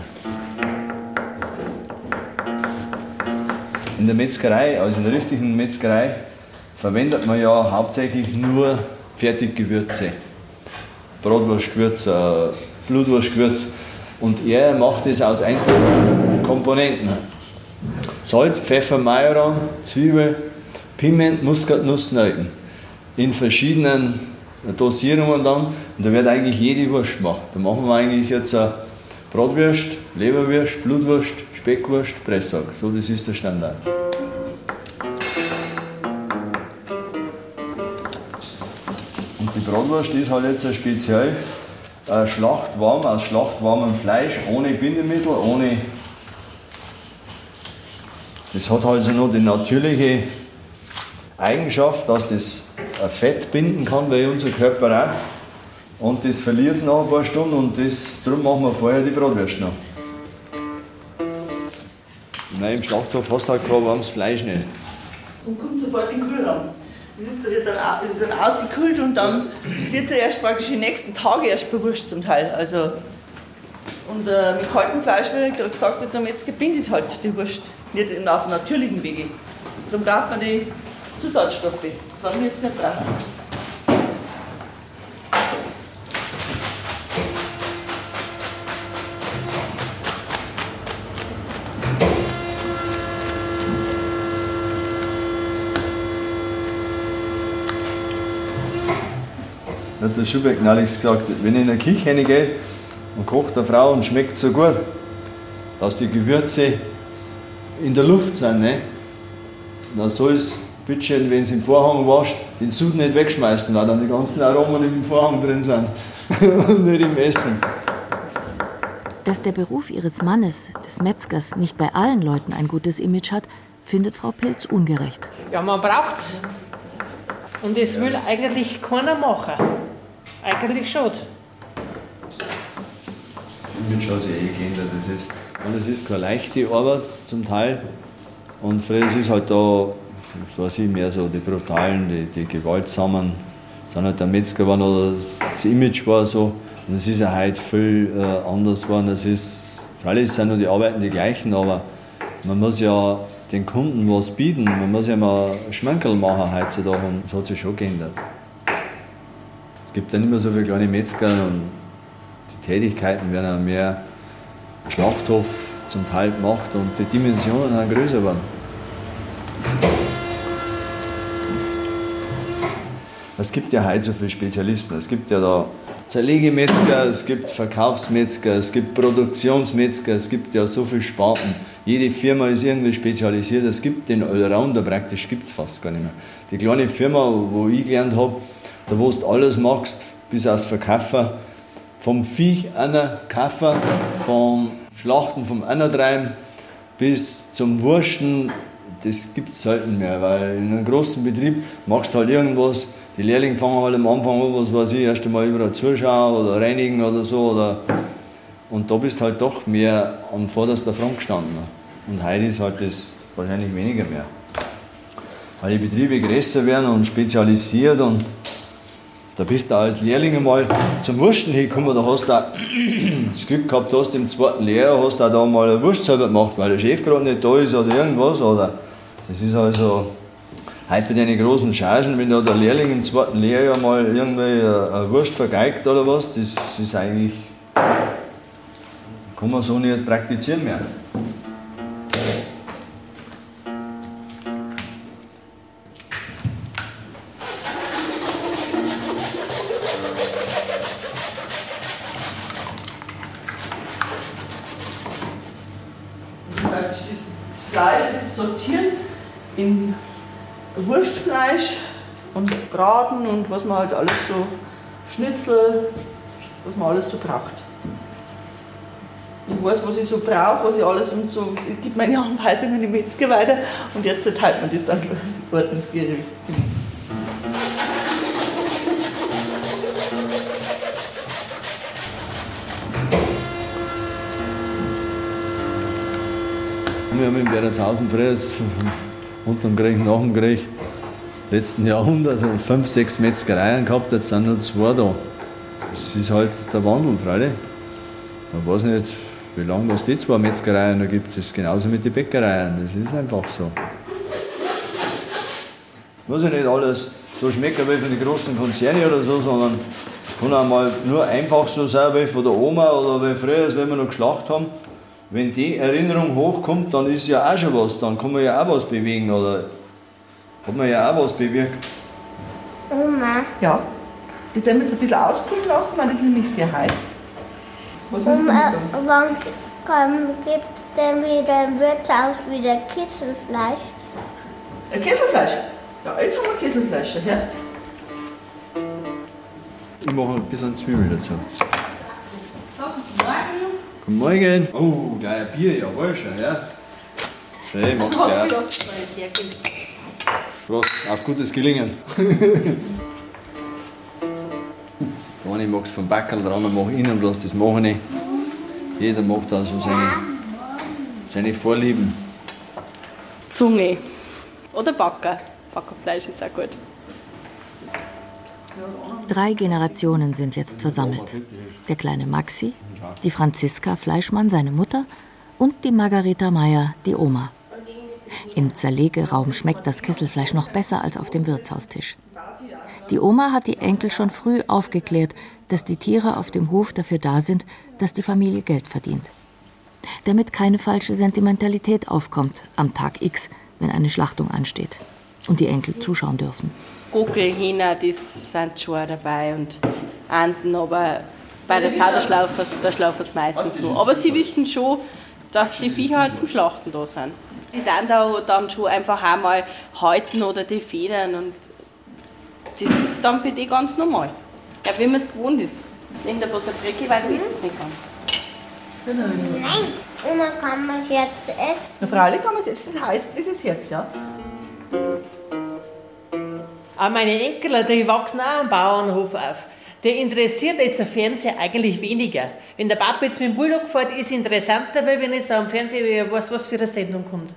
In der Metzgerei, also in der richtigen Metzgerei, verwendet man ja hauptsächlich nur Fertiggewürze. Bratwurstgewürz, Blutwurstgewürz. Und er macht es aus einzelnen Komponenten. Salz, Pfeffer, Majoran, Zwiebel, Piment, Muskatnuss, Nelken. In verschiedenen Dosierungen dann. Und da wird eigentlich jede Wurst gemacht. Da machen wir eigentlich jetzt eine Bratwurst, Leberwurst, Blutwurst, Speckwurst, Presssack. So, das ist der Standard. Und die Bratwurst ist halt jetzt speziell äh, schlachtwarm, aus schlachtwarmem Fleisch, ohne Bindemittel, ohne. Das hat also noch die natürliche Eigenschaft, dass das Fett binden kann, wie unser Körper auch. Und das verliert es nach ein paar Stunden und das, darum machen wir vorher die Bratwurst noch. Nein, im Schlachthof hast du halt kein warmes Fleisch nicht. Und kommt sofort in den Kühlraum. Das ist, wird dann, das ist dann ausgekühlt und dann wird es ja erst praktisch die nächsten Tage erst bewurscht zum Teil. Also, und äh, mit kaltem Fleisch, wie ich gerade gesagt habe, der Metzger bindet halt die Wurst nicht auf natürlichen Wege. Darum braucht man die Zusatzstoffe. Das werden wir jetzt nicht brauchen. Hat der Schubeck neulich gesagt, wenn ich in eine Küche reingehe und kocht eine Frau und schmeckt so gut, dass die Gewürze in der Luft sind, ne? Dann soll es, bitte, wenn es im Vorhang wascht, den Sud nicht wegschmeißen, weil dann die ganzen Aromen im Vorhang drin sind und nicht im Essen. Dass der Beruf ihres Mannes, des Metzgers, nicht bei allen Leuten ein gutes Image hat, findet Frau Pilz ungerecht. Ja, man braucht's. Und das will eigentlich keiner machen. Eigentlich schon. Das Image hat sich eh geändert. Das ist, das ist keine leichte Arbeit zum Teil. Und früher ist es halt da, was weiß ich, mehr so die brutalen, die, die gewaltsamen. Sind halt der Metzger war noch, das Image war so. Und es ist ja heute viel äh, anders geworden. Das ist, freilich sind nur die Arbeiten die gleichen, aber man muss ja den Kunden was bieten. Man muss ja mal Schmankerl machen heutzutage und das hat sich schon geändert. Es gibt ja nicht mehr so viele kleine Metzger und die Tätigkeiten werden ja mehr im Schlachthof zum Teil gemacht und die Dimensionen sind größer geworden. Es gibt ja heute so viele Spezialisten. Es gibt ja da Zerlegemetzger, es gibt Verkaufsmetzger, es gibt Produktionsmetzger, es gibt ja so viele Sparten. Jede Firma ist irgendwie spezialisiert. Es gibt den Allrounder praktisch, gibt es fast gar nicht mehr. Die kleine Firma, wo ich gelernt habe, da wo du alles machst, bis aus Verkaufen, vom Viech einer Kaffer, vom Schlachten, vom Anertreiben bis zum Wursten, das gibt es selten mehr, weil in einem großen Betrieb machst du halt irgendwas. Die Lehrlinge fangen halt am Anfang an, was weiß ich, erst einmal überall zuschauen oder reinigen oder so. Oder und da bist du halt doch mehr am vorderster Front gestanden. Und heute ist halt das wahrscheinlich weniger mehr. Weil die Betriebe größer werden und spezialisiert und da bist du als Lehrling mal zum Wursten hingekommen, da hast du auch das Glück gehabt, hast im zweiten Lehrjahr hast du auch da mal eine Wurst selber gemacht, weil der Chef gerade nicht da ist oder irgendwas. Oder das ist also heute bei den großen Chargen, wenn da der Lehrling im zweiten Lehrjahr mal irgendwie eine Wurst vergeigt oder was, das ist eigentlich, kann man so nicht praktizieren mehr. Sortieren in Wurstfleisch und Braten und was man halt alles so, Schnitzel, was man alles so braucht. Ich weiß, was ich so brauche, was ich alles und so, ich gebe meine Anweisungen an die Metzger weiter und jetzt teilt man das dann ordnungsgerecht. Wir haben in Beratshausen früher, unter dem Krieg, nach dem Krieg, letzten Jahrhundert, fünf, sechs Metzgereien gehabt, jetzt sind nur zwei da. Das ist halt der Wandel, freilich. Man weiß nicht, wie lange es die zwei Metzgereien noch gibt. Das ist genauso mit den Bäckereien, das ist einfach so. Muss ja nicht alles so schmecken wie von den großen Konzernen oder so, sondern es kann auch mal nur einfach so sein wie von der Oma oder wie früher, als wenn wir noch geschlacht haben. Wenn die Erinnerung hochkommt, dann ist ja auch schon was, dann kann man ja auch was bewegen oder hat man ja auch was bewirkt. Oma. Ja, die werden wir jetzt ein bisschen auskühlen lassen, weil das ist nämlich sehr heiß. Was musst du Oma, sagen? wann gibt es denn wieder im Wirtshaus wieder Kesselfleisch? Ein Kesselfleisch? Ja, jetzt haben wir Kesselfleisch her. Ich mache ein bisschen Zwiebeln dazu. Guten Morgen. Oh, gleich ein Bier, jawohl schon, ja. So, ich mach's gleich. Prost, auf gutes Gelingen. Der eine mag es vom Backerl, der andere mag innen bloß, das mache ich nicht. Jeder mag da so seine, seine Vorlieben. Zunge. Oder Backer. Backerfleisch ist auch gut. Drei Generationen sind jetzt versammelt. Der kleine Maxi, die Franziska Fleischmann, seine Mutter, und die Margareta Meier, die Oma. Im Zerlegeraum schmeckt das Kesselfleisch noch besser als auf dem Wirtshaustisch. Die Oma hat die Enkel schon früh aufgeklärt, dass die Tiere auf dem Hof dafür da sind, dass die Familie Geld verdient. Damit keine falsche Sentimentalität aufkommt am Tag X, wenn eine Schlachtung ansteht und die Enkel zuschauen dürfen. Gockel, Hähner, das sind schon dabei und Enten, aber bei der Sau, da schlafen da schlafen sie meistens nur. Aber sie wissen schon, dass die Viecher halt zum Schlachten da sind. Die dann da dann schon einfach einmal häuten oder die Federn und das ist dann für die ganz normal. Ja, wie man es gewohnt ist. Nimm dir bloß eine Brücke, weil du isst es nicht ganz. Nein, Oma, kann man es jetzt essen? Na, freilich kann man es essen, das heißt, das ist jetzt, ja. Auch meine Enkel, die wachsen auch am Bauernhof auf. Der interessiert jetzt der Fernseher eigentlich weniger. Wenn der Papa jetzt mit dem Bulldog fährt, ist es interessanter, weil wenn jetzt am Fernseher weiß, was für eine Sendung kommt.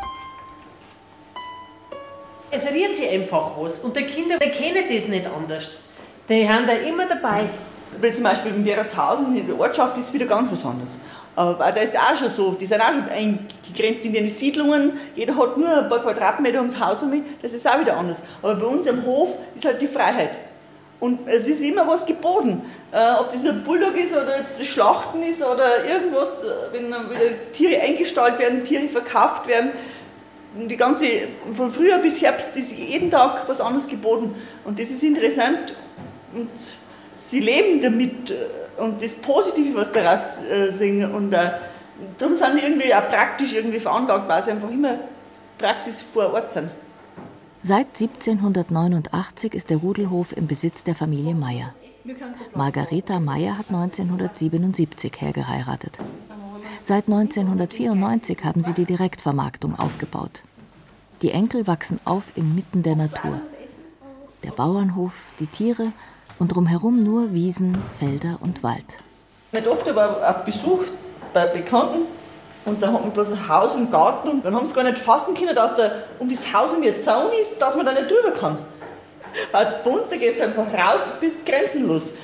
Es rührt sich einfach was. Und die Kinder die kennen das nicht anders. Die haben da immer dabei. Weil zum Beispiel in Beratshausen, in der Ortschaft, ist es wieder ganz was anderes. Aber da ist es auch schon so, die sind auch schon eingegrenzt in den Siedlungen. Jeder hat nur ein paar Quadratmeter ums Haus um mich. Das ist auch wieder anders. Aber bei uns am Hof ist halt die Freiheit. Und es ist immer was geboten. Äh, ob das ein Bulldog ist oder jetzt das Schlachten ist oder irgendwas, wenn wieder Tiere eingestallt werden, Tiere verkauft werden. die ganze, von Frühjahr bis Herbst ist jeden Tag was anderes geboten. Und das ist interessant. Und sie leben damit und das Positive, was daraus äh, sehen. Und äh, darum sind die irgendwie auch praktisch irgendwie veranlagt, weil sie einfach immer Praxis vor Ort sind. Seit siebzehnhundertneunundachtzig ist der Rudelhof im Besitz der Familie Meyer. Margareta Meyer hat neunzehnhundertsiebenundsiebzig hergeheiratet. Seit neunzehnhundertvierundneunzig haben sie die Direktvermarktung aufgebaut. Die Enkel wachsen auf inmitten der Natur. Der Bauernhof, die Tiere und drumherum nur Wiesen, Felder und Wald. Meine Tochter war auf Besuch bei Bekannten und da hatten wir bloß ein Haus und Garten und dann haben sie gar nicht fassen können, dass da um das Haus um ein Zaun ist, dass man da nicht drüber kann. Weil bei uns, da gehst du einfach raus und bist grenzenlos.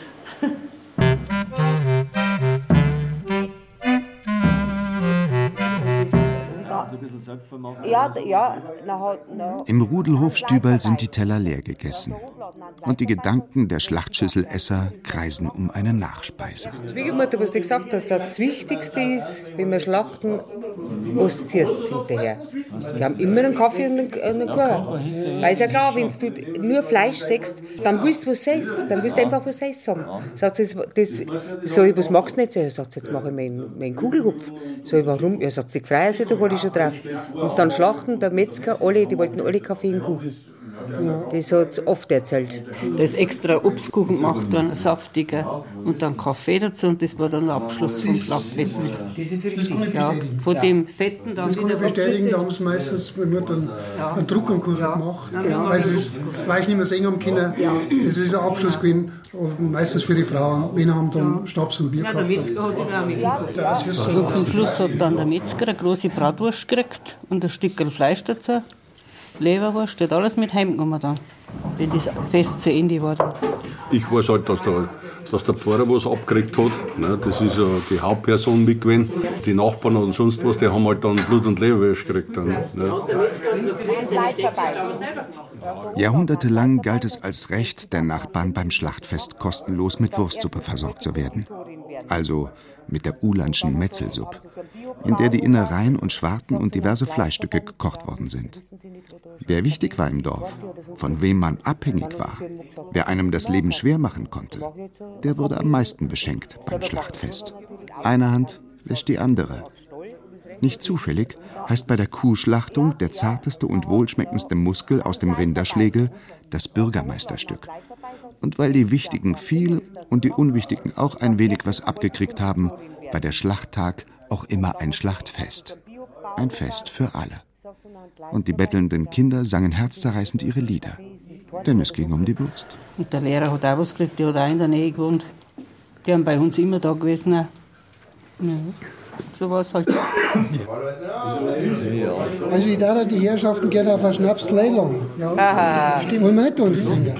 Ja, ja, na, na. Im Rudelhof-Stüberl sind die Teller leer gegessen. Und die Gedanken der Schlachtschüsselesser kreisen um eine Nachspeise. Die Schwiegermutter, was die gesagt hat, das Wichtigste ist, wenn wir schlachten, was ziehst du hinterher? Die haben immer einen Kaffee und einen, einen Kuchen. Weil ist ja klar, wenn du nur Fleisch sägst, dann willst du was essen. Dann willst du einfach was essen haben. Sagt sie, das, so, was machst du nicht? So, sagt sie, jetzt mache ich meinen, meinen Kugelhupf. So, warum? Ja, sagt sie, freuen sich, da hol ich schon drauf. Und dann schlachten der Metzger, alle, die wollten alle Kaffee und Kuchen. Ja. Das hat sie oft erzählt. Da ist extra Obstkuchen gemacht worden, saftiger, und dann Kaffee dazu, und das war dann der Abschluss vom Schlachtfest. Das ist richtig. Ja, von ja. dem Fetten dann. Das kann ich bestätigen, da haben sie meistens meine Mutter einen, ja. einen Druckerkuchen ja. gemacht, ja. weil sie das Fleisch nicht mehr sehen haben können. Ja. Das ist ein Abschluss gewesen, meistens für die Frauen. Männer haben dann ja. Schnaps und Bier ja, gehabt. Der Metzger hat sich auch mitgebracht. Ja. Und zum Schluss hat dann der Metzger eine große Bratwurst gekriegt und ein Stückchen Fleisch dazu. Leberwurst, steht alles mit heimgekommen dann, wenn das Fest zu Ende war. Dann. Ich weiß halt, dass der, dass der Pfarrer was abgekriegt hat. Ne? Das ist ja die Hauptperson mit gewesen. Die Nachbarn und sonst was, die haben halt dann Blut- und Leberwurst gekriegt. Dann, ne? Jahrhundertelang galt es als Recht der Nachbarn, beim Schlachtfest kostenlos mit Wurstsuppe versorgt zu werden. Also mit der Uhlandschen Metzelsuppe, in der die Innereien und Schwarten und diverse Fleischstücke gekocht worden sind. Wer wichtig war im Dorf, von wem man abhängig war, wer einem das Leben schwer machen konnte, der wurde am meisten beschenkt beim Schlachtfest. Eine Hand wäscht die andere. Nicht zufällig heißt bei der Kuhschlachtung der zarteste und wohlschmeckendste Muskel aus dem Rinderschlegel das Bürgermeisterstück. Und weil die Wichtigen viel und die Unwichtigen auch ein wenig was abgekriegt haben, war der Schlachttag auch immer ein Schlachtfest. Ein Fest für alle. Und die bettelnden Kinder sangen herzzerreißend ihre Lieder. Denn es ging um die Wurst. Und der Lehrer hat auch was gekriegt, der hat auch in der Nähe gewohnt. Die haben bei uns immer da gewesen. Ja, so war es halt. Also ich darf die Herrschaften gerne auf einen Schnaps leideln. Ja. Stimmt, wollen wir nicht uns trinken.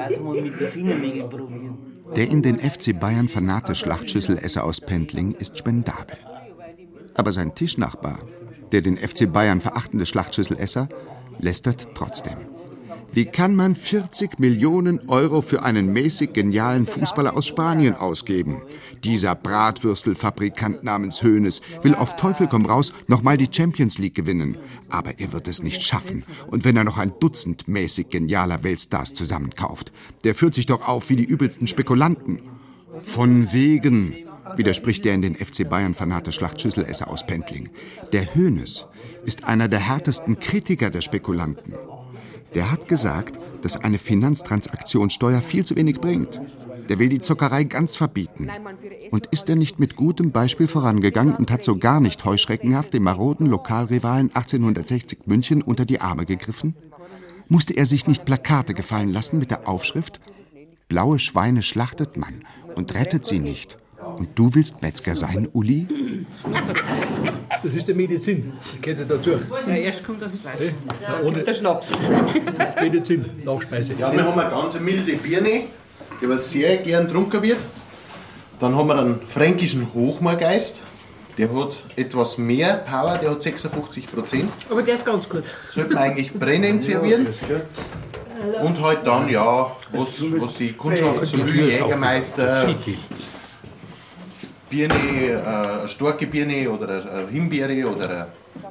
Der in den F C Bayern vernarrte Schlachtschüsselesser aus Pendling ist spendabel. Aber sein Tischnachbar, der den F C Bayern verachtende Schlachtschüsselesser, lästert trotzdem. Wie kann man vierzig Millionen Euro für einen mäßig genialen Fußballer aus Spanien ausgeben? Dieser Bratwürstelfabrikant namens Hoeneß will auf Teufel komm raus nochmal die Champions League gewinnen. Aber er wird es nicht schaffen. Und wenn er noch ein Dutzend mäßig genialer Weltstars zusammenkauft, der führt sich doch auf wie die übelsten Spekulanten. Von wegen, widerspricht der in den F C Bayern vernarrte Schlachtschüsselesser aus Pendling. Der Hoeneß ist einer der härtesten Kritiker der Spekulanten. Der hat gesagt, dass eine Finanztransaktionssteuer viel zu wenig bringt. Der will die Zockerei ganz verbieten. Und ist er nicht mit gutem Beispiel vorangegangen und hat so gar nicht heuschreckenhaft dem maroden Lokalrivalen achtzehnhundertsechzig München unter die Arme gegriffen? Musste er sich nicht Plakate gefallen lassen mit der Aufschrift: Blaue Schweine schlachtet man und rettet sie nicht. Und du willst Metzger sein, Uli? Das ist die Medizin. Die geht dazu. Ja, erst kommt das Fleisch. Ja, ohne der Schnaps. Medizin, Nachspeise. Ja, wir haben eine ganz milde Birne, die aber sehr gern getrunken wird. Dann haben wir einen fränkischen Hochmoorgeist. Der hat etwas mehr Power, der hat sechsundfünfzig Prozent. Aber der ist ganz gut. Sollte man eigentlich brennend servieren. Und halt dann, ja, was, was die Kundschaft so will, Jägermeister, Birne, äh, eine starke Birne oder eine Himbeere oder eine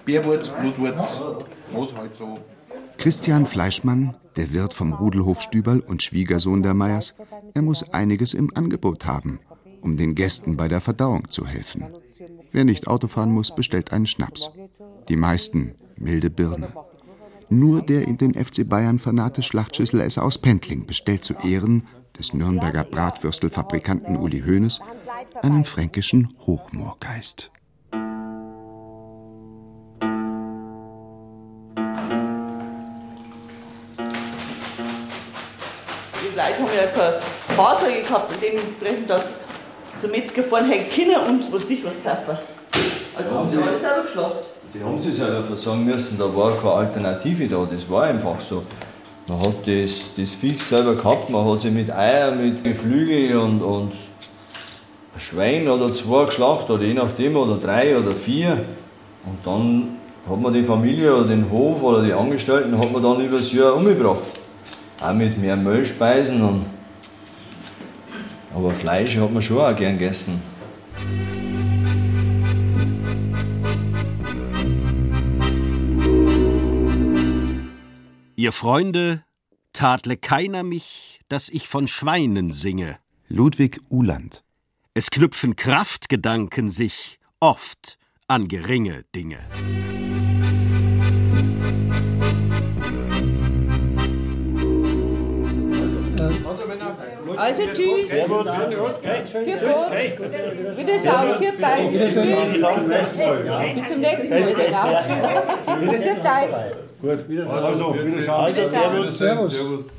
Bärwurz, Blutwurz, was halt so. Christian Fleischmann, der Wirt vom Rudelhof Stüberl und Schwiegersohn der Meyers, er muss einiges im Angebot haben, um den Gästen bei der Verdauung zu helfen. Wer nicht Auto fahren muss, bestellt einen Schnaps. Die meisten milde Birne. Nur der in den F C Bayern vernarrte Schlachtschüsseler aus Pentling bestellt zu Ehren des Nürnberger Bratwürstelfabrikanten Uli Hoeneß einen fränkischen Hochmoorgeist. Die Leute haben ja keine Fahrzeuge gehabt, und dementsprechend, dass zum Metzger fahren halt Kinder und was sich was kaufen. Also haben sie alles selber geschlachtet. Die haben sie selber versagen müssen, da war keine Alternative da, das war einfach so. Man hat das, das Viech selber gehabt, man hat sie mit Eier, mit Geflügel und, und ein Schwein oder zwei geschlachtet, oder je nachdem, oder drei oder vier. Und dann hat man die Familie oder den Hof oder die Angestellten hat man dann übers Jahr umgebracht. Auch mit mehr Mehlspeisen. Und aber Fleisch hat man schon auch gern gegessen. Ihr Freunde, tadle keiner mich, dass ich von Schweinen singe. Ludwig Uhland. Es knüpfen Kraftgedanken sich oft an geringe Dinge. Also tschüss. Servus. Für Gott. Wiederschauen. Für Teil. Bis zum nächsten Mal. Genau. Tschüss. Für Teil. Gut, wiederschauen. Also, wiederschauen. Also, servus. Servus. servus.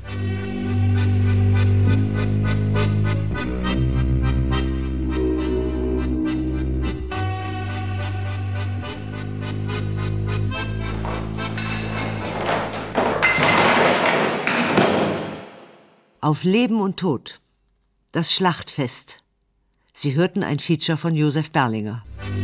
Auf Leben und Tod. Das Schlachtfest. Sie hörten ein Feature von Josef Berlinger.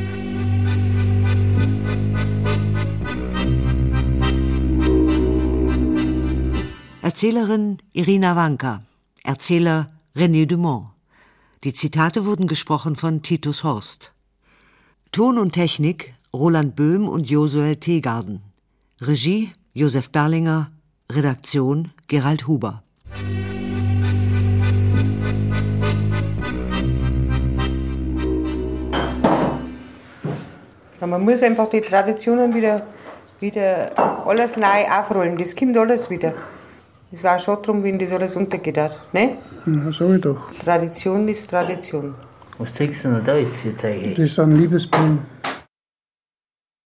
Erzählerin Irina Wanka. Erzähler René Dumont. Die Zitate wurden gesprochen von Titus Horst. Ton und Technik Roland Böhm und Josuel Teegarden. Regie Josef Berlinger. Redaktion Gerald Huber. Man muss einfach die Traditionen wieder, wieder alles neu aufrollen. Das kommt alles wieder. Es war schon darum, wenn das alles untergeht. Ne? Ja, sag ich doch. Tradition ist Tradition. Was zeigst du denn da jetzt für Zeichen? Das sind Liebesblumen.